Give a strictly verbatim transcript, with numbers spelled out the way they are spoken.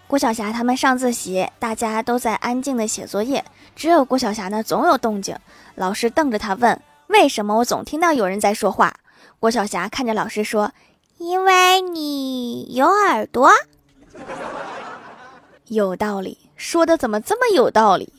郭晓霞他们上自习，大家都在安静的写作业，只有郭晓霞呢总有动静。老师瞪着他问，为什么我总听到有人在说话？郭晓霞看着老师说，因为你有耳朵。有道理，说的怎么这么有道理？